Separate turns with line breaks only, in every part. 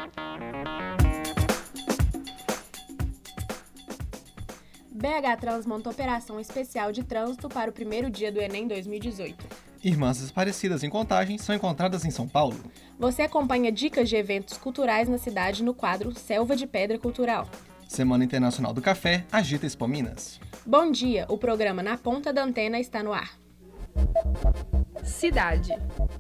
BH Trans monta operação especial de trânsito para o primeiro dia do Enem 2018.
Irmãs desaparecidas em Contagem são encontradas em São Paulo.
Você acompanha dicas de eventos culturais na cidade no quadro Selva de Pedra Cultural.
Semana Internacional do Café agita Expo Minas.
Bom dia, o programa Na Ponta da Antena está no ar.
Cidade.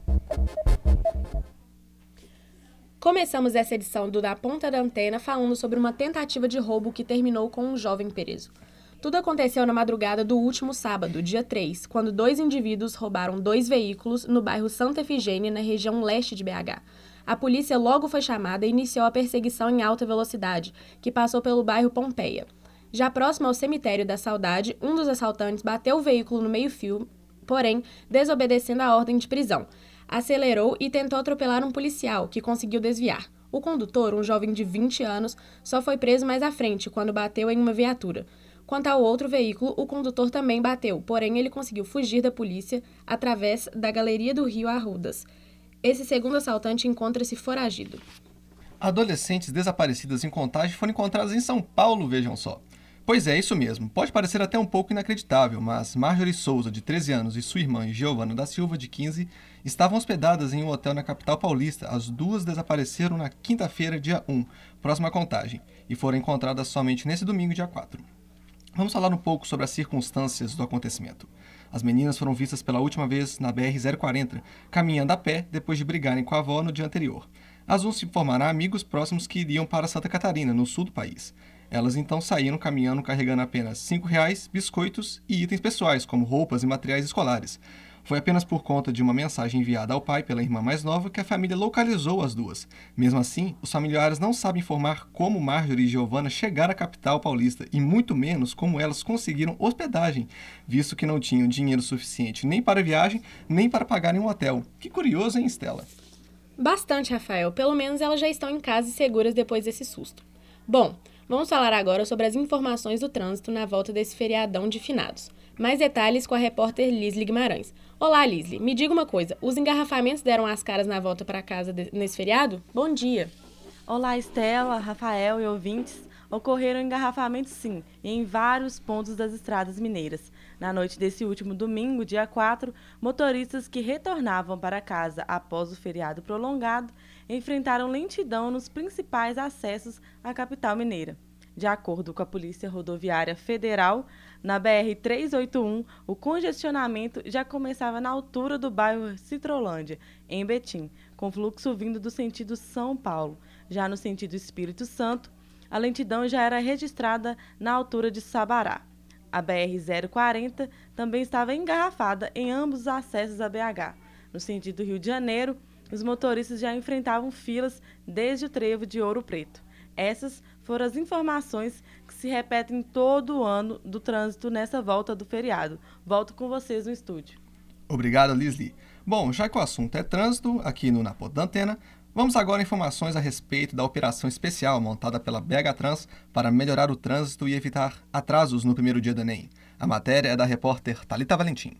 Começamos essa edição do Na Ponta da Antena falando sobre uma tentativa de roubo que terminou com um jovem preso. Tudo aconteceu na madrugada do último sábado, dia 3, quando 2 indivíduos roubaram 2 veículos no bairro Santa Efigênia, na região leste de BH. A polícia logo foi chamada e iniciou a perseguição em alta velocidade, que passou pelo bairro Pompeia. Já próximo ao cemitério da Saudade, um dos assaltantes bateu o veículo no meio-fio, porém, desobedecendo a ordem de prisão. Acelerou e tentou atropelar um policial, que conseguiu desviar. O condutor, um jovem de 20 anos, só foi preso mais à frente, quando bateu em uma viatura. Quanto ao outro veículo, o condutor também bateu, porém ele conseguiu fugir da polícia através da Galeria do Rio Arrudas. Esse segundo assaltante encontra-se foragido.
Adolescentes desaparecidas em Contagem foram encontradas em São Paulo, vejam só. Pois é, isso mesmo. Pode parecer até um pouco inacreditável, mas Marjorie Souza, de 13 anos, e sua irmã, Giovana da Silva, de 15, estavam hospedadas em um hotel na capital paulista. As duas desapareceram na quinta-feira, dia 1, próxima à Contagem, e foram encontradas somente nesse domingo, dia 4. Vamos falar um pouco sobre as circunstâncias do acontecimento. As meninas foram vistas pela última vez na BR-040, caminhando a pé depois de brigarem com a avó no dia anterior. As duas se informaram a amigos próximos que iriam para Santa Catarina, no sul do país. Elas então saíram caminhando carregando apenas R$5, biscoitos e itens pessoais, como roupas e materiais escolares. Foi apenas por conta de uma mensagem enviada ao pai pela irmã mais nova que a família localizou as duas. Mesmo assim, os familiares não sabem informar como Marjorie e Giovana chegaram à capital paulista e muito menos como elas conseguiram hospedagem, visto que não tinham dinheiro suficiente nem para a viagem, nem para pagar em um hotel. Que curioso, hein, Estela?
Bastante, Rafael. Pelo menos elas já estão em casa e seguras depois desse susto. Bom, vamos falar agora sobre as informações do trânsito na volta desse feriadão de finados. Mais detalhes com a repórter Lisli Guimarães. Olá, Lisli. Me diga uma coisa, os engarrafamentos deram as caras na volta para casa nesse feriado? Bom dia.
Olá, Estela, Rafael e ouvintes. Ocorreram engarrafamentos, sim, em vários pontos das estradas mineiras. Na noite desse último domingo, dia 4, motoristas que retornavam para casa após o feriado prolongado enfrentaram lentidão nos principais acessos à capital mineira. De acordo com a Polícia Rodoviária Federal, na BR-381, o congestionamento já começava na altura do bairro Citrolândia, em Betim, com fluxo vindo do sentido São Paulo. Já no sentido Espírito Santo, a lentidão já era registrada na altura de Sabará. A BR-040 também estava engarrafada em ambos os acessos a BH. No sentido Rio de Janeiro, os motoristas já enfrentavam filas desde o trevo de Ouro Preto. Essas foram as informações que se repetem todo o ano do trânsito nessa volta do feriado. Volto com vocês no estúdio.
Obrigado, Lisli. Bom, já que o assunto é trânsito, aqui no Na Ponta da Antena, vamos agora a informações a respeito da operação especial montada pela BH Trans para melhorar o trânsito e evitar atrasos no primeiro dia do Enem. A matéria é da repórter Thalita Valentim.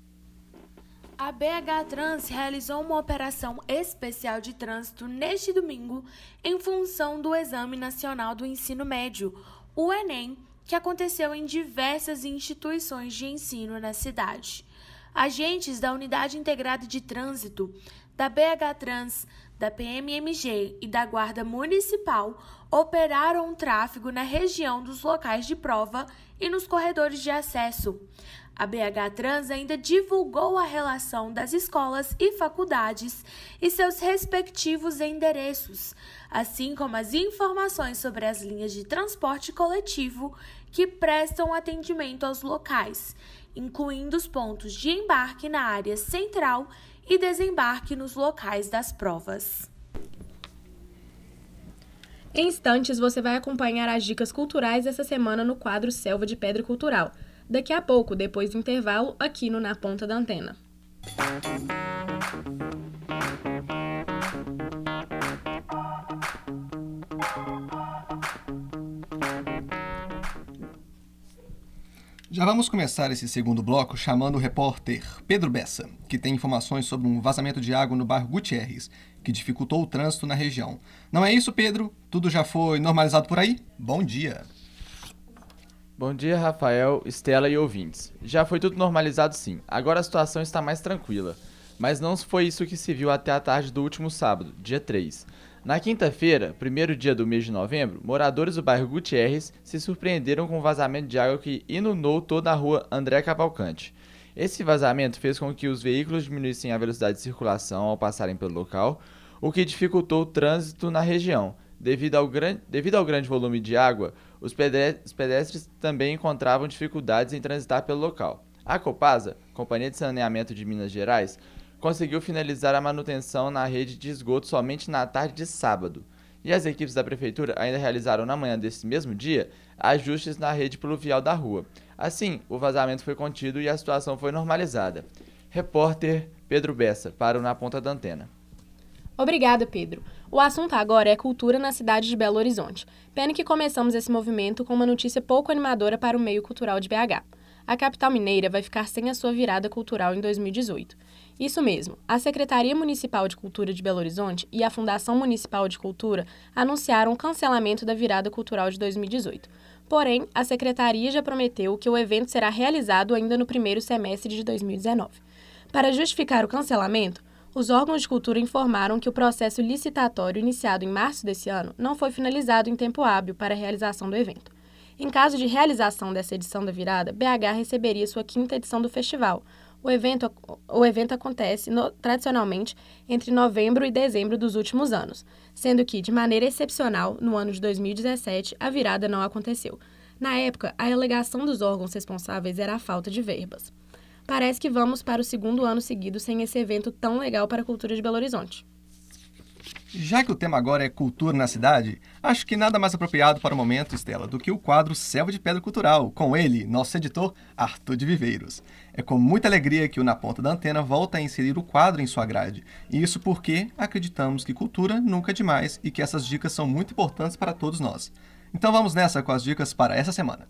A BH Trans realizou uma operação especial de trânsito neste domingo em função do Exame Nacional do Ensino Médio, o Enem, que aconteceu em diversas instituições de ensino na cidade. Agentes da Unidade Integrada de Trânsito, da BH Trans, da PMMG e da Guarda Municipal operaram o tráfego na região dos locais de prova e nos corredores de acesso. A BH Trans ainda divulgou a relação das escolas e faculdades e seus respectivos endereços, assim como as informações sobre as linhas de transporte coletivo que prestam atendimento aos locais, incluindo os pontos de embarque na área central e desembarque nos locais das provas.
Em instantes, você vai acompanhar as dicas culturais dessa semana no quadro Selva de Pedra Cultural. Daqui a pouco, depois do intervalo, aqui no Na Ponta da Antena.
Já vamos começar esse segundo bloco chamando o repórter Pedro Bessa, que tem informações sobre um vazamento de água no bairro Gutierrez, que dificultou o trânsito na região. Não é isso, Pedro? Tudo já foi normalizado por aí? Bom dia!
Bom dia, Rafael, Estela e ouvintes. Já foi tudo normalizado sim, agora a situação está mais tranquila. Mas não foi isso que se viu até a tarde do último sábado, dia 3. Na quinta-feira, primeiro dia do mês de novembro, moradores do bairro Gutierrez se surpreenderam com um vazamento de água que inundou toda a rua André Cavalcante. Esse vazamento fez com que os veículos diminuíssem a velocidade de circulação ao passarem pelo local, o que dificultou o trânsito na região. Devido ao grande volume de água, os pedestres também encontravam dificuldades em transitar pelo local. A Copasa, Companhia de Saneamento de Minas Gerais, conseguiu finalizar a manutenção na rede de esgoto somente na tarde de sábado. E as equipes da prefeitura ainda realizaram na manhã desse mesmo dia ajustes na rede pluvial da rua. Assim, o vazamento foi contido e a situação foi normalizada. Repórter Pedro Bessa, para o Na Ponta da Antena.
Obrigada, Pedro. O assunto agora é cultura na cidade de Belo Horizonte. Pena que começamos esse movimento com uma notícia pouco animadora para o meio cultural de BH. A capital mineira vai ficar sem a sua virada cultural em 2018. Isso mesmo, a Secretaria Municipal de Cultura de Belo Horizonte e a Fundação Municipal de Cultura anunciaram o cancelamento da virada cultural de 2018. Porém, a Secretaria já prometeu que o evento será realizado ainda no primeiro semestre de 2019. Para justificar o cancelamento, os órgãos de cultura informaram que o processo licitatório iniciado em março desse ano não foi finalizado em tempo hábil para a realização do evento. Em caso de realização dessa edição da virada, BH receberia sua 5ª edição do festival. O evento acontece tradicionalmente entre novembro e dezembro dos últimos anos, sendo que, de maneira excepcional, no ano de 2017, a virada não aconteceu. Na época, a alegação dos órgãos responsáveis era a falta de verbas. Parece que vamos para o 2º ano seguido sem esse evento tão legal para a cultura de Belo Horizonte.
Já que o tema agora é cultura na cidade, acho que nada mais apropriado para o momento, Estela, do que o quadro Selva de Pedra Cultural, com ele, nosso editor, Arthur de Viveiros. É com muita alegria que o Na Ponta da Antena volta a inserir o quadro em sua grade. E isso porque acreditamos que cultura nunca é demais e que essas dicas são muito importantes para todos nós. Então vamos nessa com as dicas para essa semana.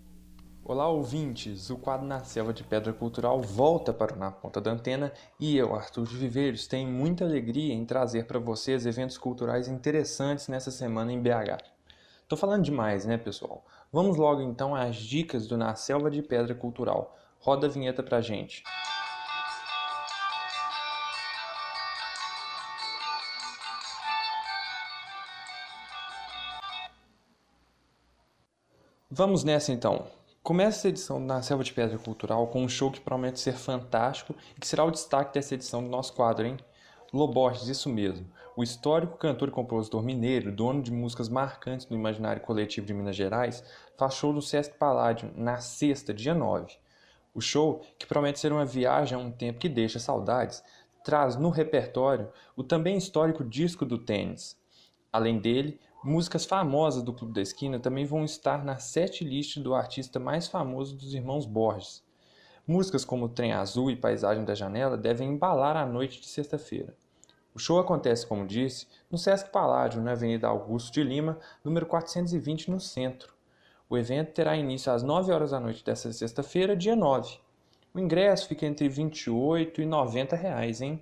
Olá, ouvintes! O quadro Na Selva de Pedra Cultural volta para o Na Ponta da Antena e eu, Arthur de Viveiros, tenho muita alegria em trazer para vocês eventos culturais interessantes nessa semana em BH. Tô falando demais, né, pessoal? Vamos logo então às dicas do Na Selva de Pedra Cultural. Roda a vinheta pra gente. Vamos nessa então. Começa essa edição Na Selva de Pedra Cultural com um show que promete ser fantástico e que será o destaque dessa edição do nosso quadro, hein? Loborges, isso mesmo. O histórico cantor e compositor mineiro, dono de músicas marcantes do imaginário coletivo de Minas Gerais, faz show do Sesc Palladium na sexta, dia 9. O show, que promete ser uma viagem a um tempo que deixa saudades, traz no repertório o também histórico disco do tênis. Além dele, músicas famosas do Clube da Esquina também vão estar na setlist do artista mais famoso dos irmãos Borges. Músicas como Trem Azul e Paisagem da Janela devem embalar a noite de sexta-feira. O show acontece, como disse, no Sesc Palladium, na Avenida Augusto de Lima, número 420, no centro. O evento terá início às 9 horas da noite desta sexta-feira, dia 9. O ingresso fica entre R$ 28 e R$ 90, hein?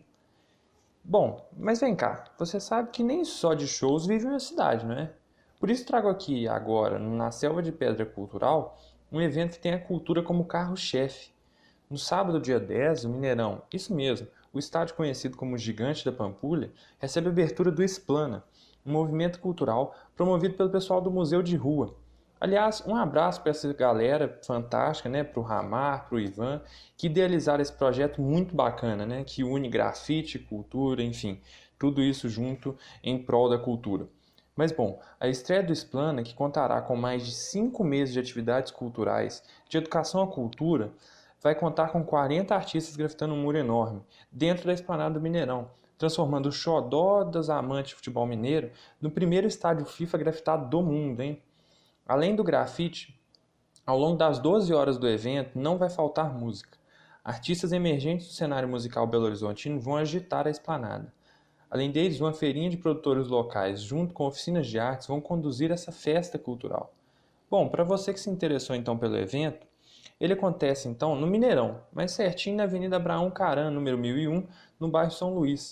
Bom, mas vem cá, você sabe que nem só de shows vive uma cidade, não é? Por isso trago aqui agora, Na Selva de Pedra Cultural, um evento que tem a cultura como carro-chefe. No sábado, dia 10, o Mineirão, isso mesmo, o estádio conhecido como Gigante da Pampulha, recebe a abertura do Explana, um movimento cultural promovido pelo pessoal do Museu de Rua. Aliás, um abraço para essa galera fantástica, né? Para o Ramar, para o Ivan, que idealizaram esse projeto muito bacana, né? Que une grafite, cultura, enfim, tudo isso junto em prol da cultura. Mas bom, a estreia do Explana, que contará com mais de 5 meses de atividades culturais, de educação à cultura, vai contar com 40 artistas grafitando um muro enorme, dentro da esplanada do Mineirão, transformando o xodó das amantes de futebol mineiro no primeiro estádio FIFA grafitado do mundo, hein? Além do grafite, ao longo das 12 horas do evento não vai faltar música. Artistas emergentes do cenário musical belo-horizontino vão agitar a esplanada. Além deles, uma feirinha de produtores locais, junto com oficinas de artes, vão conduzir essa festa cultural. Bom, para você que se interessou então pelo evento, ele acontece então no Mineirão, mais certinho na Avenida Abraão Caran, número 1001, no bairro São Luís.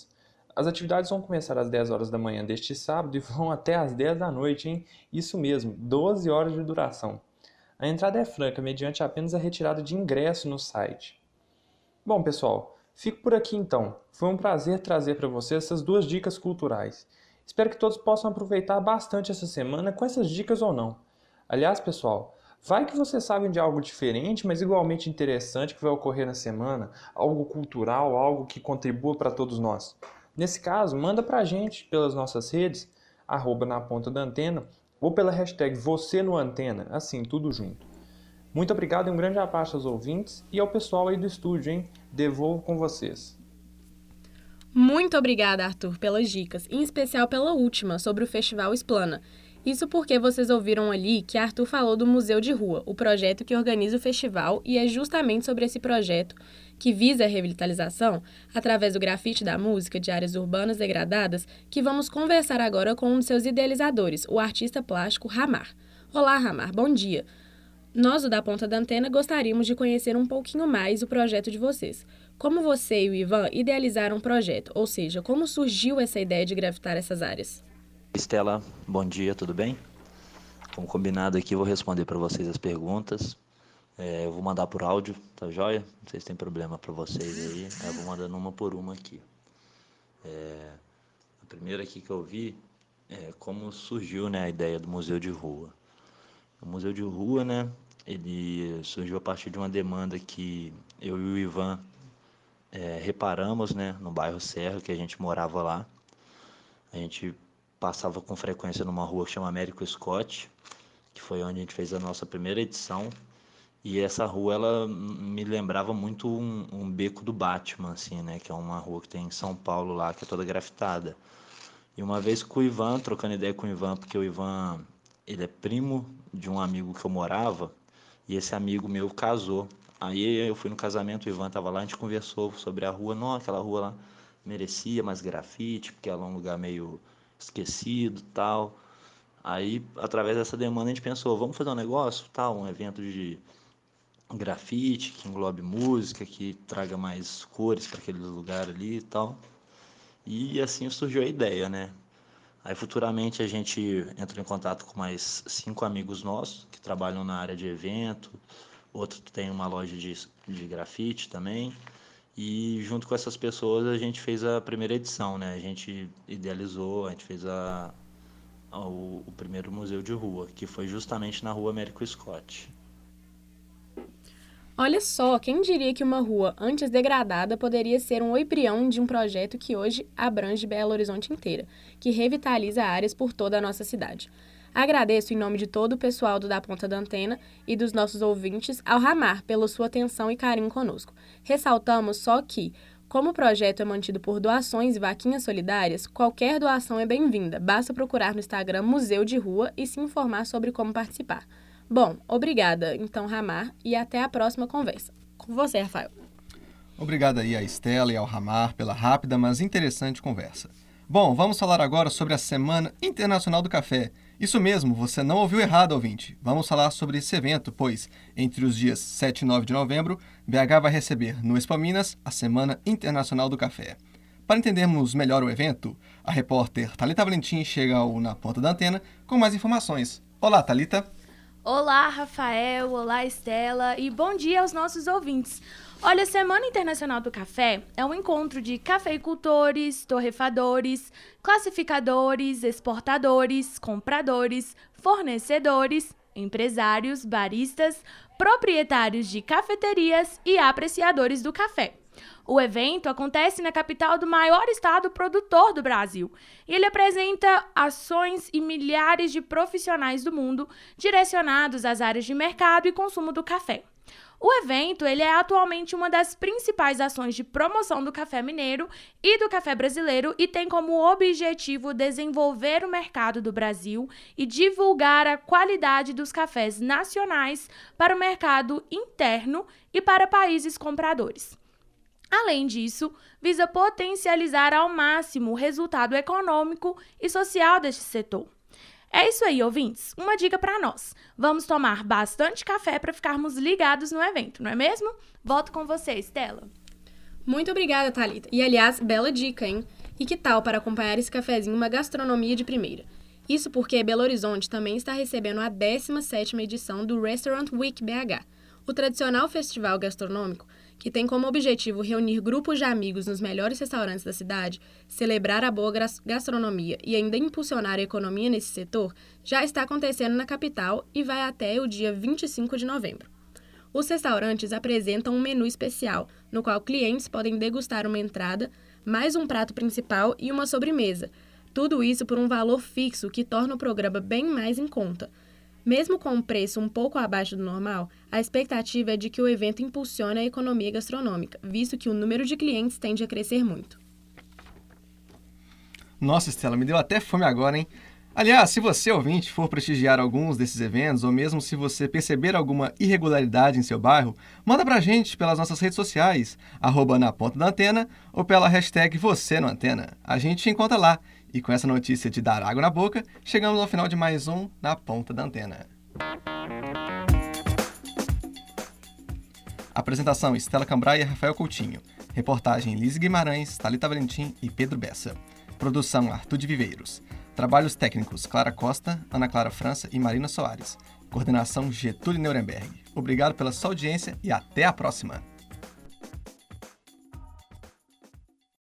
As atividades vão começar às 10 horas da manhã deste sábado e vão até às 10 da noite, hein? Isso mesmo, 12 horas de duração. A entrada é franca, mediante apenas a retirada de ingresso no site. Bom, pessoal, fico por aqui então. Foi um prazer trazer para vocês essas 2 dicas culturais. Espero que todos possam aproveitar bastante essa semana com essas dicas ou não. Aliás, pessoal, vai que vocês sabem de algo diferente, mas igualmente interessante que vai ocorrer na semana, algo cultural, algo que contribua para todos nós. Nesse caso, manda para a gente pelas nossas redes, @napontadaantena, ou pela hashtag #VocêNoAntena, assim, tudo junto. Muito obrigado e um grande abraço aos ouvintes e ao pessoal aí do estúdio, hein? Devolvo com vocês.
Muito obrigada, Arthur, pelas dicas, em especial pela última, sobre o Festival Explana. Isso porque vocês ouviram ali que Arthur falou do Museu de Rua, o projeto que organiza o festival, e é justamente sobre esse projeto, que visa a revitalização, através do grafite da música de áreas urbanas degradadas, que vamos conversar agora com um de seus idealizadores, o artista plástico Ramar. Olá, Ramar, bom dia. Nós, do Da Ponta da Antena, gostaríamos de conhecer um pouquinho mais o projeto de vocês. Como você e o Ivan idealizaram o projeto, ou seja, como surgiu essa ideia de grafitar essas áreas?
Estela, bom dia, tudo bem? Como combinado aqui, vou responder para vocês as perguntas. Eu vou mandar por áudio, tá joia? Não sei se tem problema para vocês aí. Eu vou mandando uma por uma aqui. A primeira aqui que eu vi é como surgiu, né, a ideia do Museu de Rua. O Museu de Rua, né, ele surgiu a partir de uma demanda que eu e o Ivan reparamos, né, no bairro Serra, que a gente morava lá. A gente passava com frequência numa rua que chama Américo Scott, que foi onde a gente fez a nossa primeira edição. E essa rua, ela me lembrava muito um beco do Batman, assim, né? Que é uma rua que tem em São Paulo lá, que é toda grafitada. E uma vez com o Ivan, trocando ideia com o Ivan, porque o Ivan, ele é primo de um amigo que eu morava, e esse amigo meu casou. Aí eu fui no casamento, o Ivan estava lá, a gente conversou sobre a rua. Não, aquela rua lá merecia mais grafite, porque ela é um lugar meio esquecido e tal. Aí, através dessa demanda, a gente pensou, vamos fazer um negócio, tal, um evento de grafite, que englobe música, que traga mais cores para aquele lugar ali e tal. E assim surgiu a ideia, né? Aí, futuramente, a gente entrou em contato com mais 5 amigos nossos, que trabalham na área de evento, outro tem uma loja de grafite também. E junto com essas pessoas a gente fez a primeira edição, né? A gente idealizou, a gente fez o primeiro museu de rua, que foi justamente na rua Américo Scott.
Olha só, quem diria que uma rua antes degradada poderia ser um embrião de um projeto que hoje abrange Belo Horizonte inteira, que revitaliza áreas por toda a nossa cidade. Agradeço em nome de todo o pessoal do Da Ponta da Antena e dos nossos ouvintes ao Ramar pela sua atenção e carinho conosco. Ressaltamos só que, como o projeto é mantido por doações e vaquinhas solidárias, qualquer doação é bem-vinda. Basta procurar no Instagram Museu de Rua e se informar sobre como participar. Bom, obrigada, então, Ramar, e até a próxima conversa. Com você, Rafael.
Obrigado aí a Estela e ao Ramar pela rápida, mas interessante conversa. Bom, vamos falar agora sobre a Semana Internacional do Café. Isso mesmo, você não ouviu errado, ouvinte. Vamos falar sobre esse evento, pois, entre os dias 7 e 9 de novembro, BH vai receber no Expo Minas a Semana Internacional do Café. Para entendermos melhor o evento, a repórter Thalita Valentim chega Na Ponta da Antena com mais informações. Olá, Thalita.
Olá, Rafael. Olá, Estela. E bom dia aos nossos ouvintes. Olha, a Semana Internacional do Café é um encontro de cafeicultores, torrefadores, classificadores, exportadores, compradores, fornecedores, empresários, baristas, proprietários de cafeterias e apreciadores do café. O evento acontece na capital do maior estado produtor do Brasil e ele apresenta ações e milhares de profissionais do mundo direcionados às áreas de mercado e consumo do café. O evento ele é atualmente uma das principais ações de promoção do café mineiro e do café brasileiro e tem como objetivo desenvolver o mercado do Brasil e divulgar a qualidade dos cafés nacionais para o mercado interno e para países compradores. Além disso, visa potencializar ao máximo o resultado econômico e social deste setor. É isso aí, ouvintes. Uma dica para nós. Vamos tomar bastante café para ficarmos ligados no evento, não é mesmo? Volto com você, Estela.
Muito obrigada, Thalita. E, aliás, bela dica, hein? E que tal para acompanhar esse cafezinho uma gastronomia de primeira? Isso porque Belo Horizonte também está recebendo a 17ª edição do Restaurant Week BH, o tradicional festival gastronômico que tem como objetivo reunir grupos de amigos nos melhores restaurantes da cidade, celebrar a boa gastronomia e ainda impulsionar a economia nesse setor, já está acontecendo na capital e vai até o dia 25 de novembro. Os restaurantes apresentam um menu especial, no qual clientes podem degustar uma entrada, mais um prato principal e uma sobremesa. Tudo isso por um valor fixo que torna o programa bem mais em conta. Mesmo com um preço um pouco abaixo do normal, a expectativa é de que o evento impulsione a economia gastronômica, visto que o número de clientes tende a crescer muito.
Nossa, Estela, me deu até fome agora, hein? Aliás, se você, ouvinte, for prestigiar alguns desses eventos, ou mesmo se você perceber alguma irregularidade em seu bairro, manda pra gente pelas nossas redes sociais, @napontaDaAntena ou pela hashtag #VocêNoAntena. A gente te encontra lá. E com essa notícia de dar água na boca, chegamos ao final de mais um Na Ponta da Antena. Apresentação: Estela Cambrai e Rafael Coutinho. Reportagem: Liz Guimarães, Thalita Valentim e Pedro Bessa. Produção: Arthur de Viveiros. Trabalhos técnicos: Clara Costa, Ana Clara França e Marina Soares. Coordenação: Getúlio Nuremberg. Obrigado pela sua audiência e até a próxima!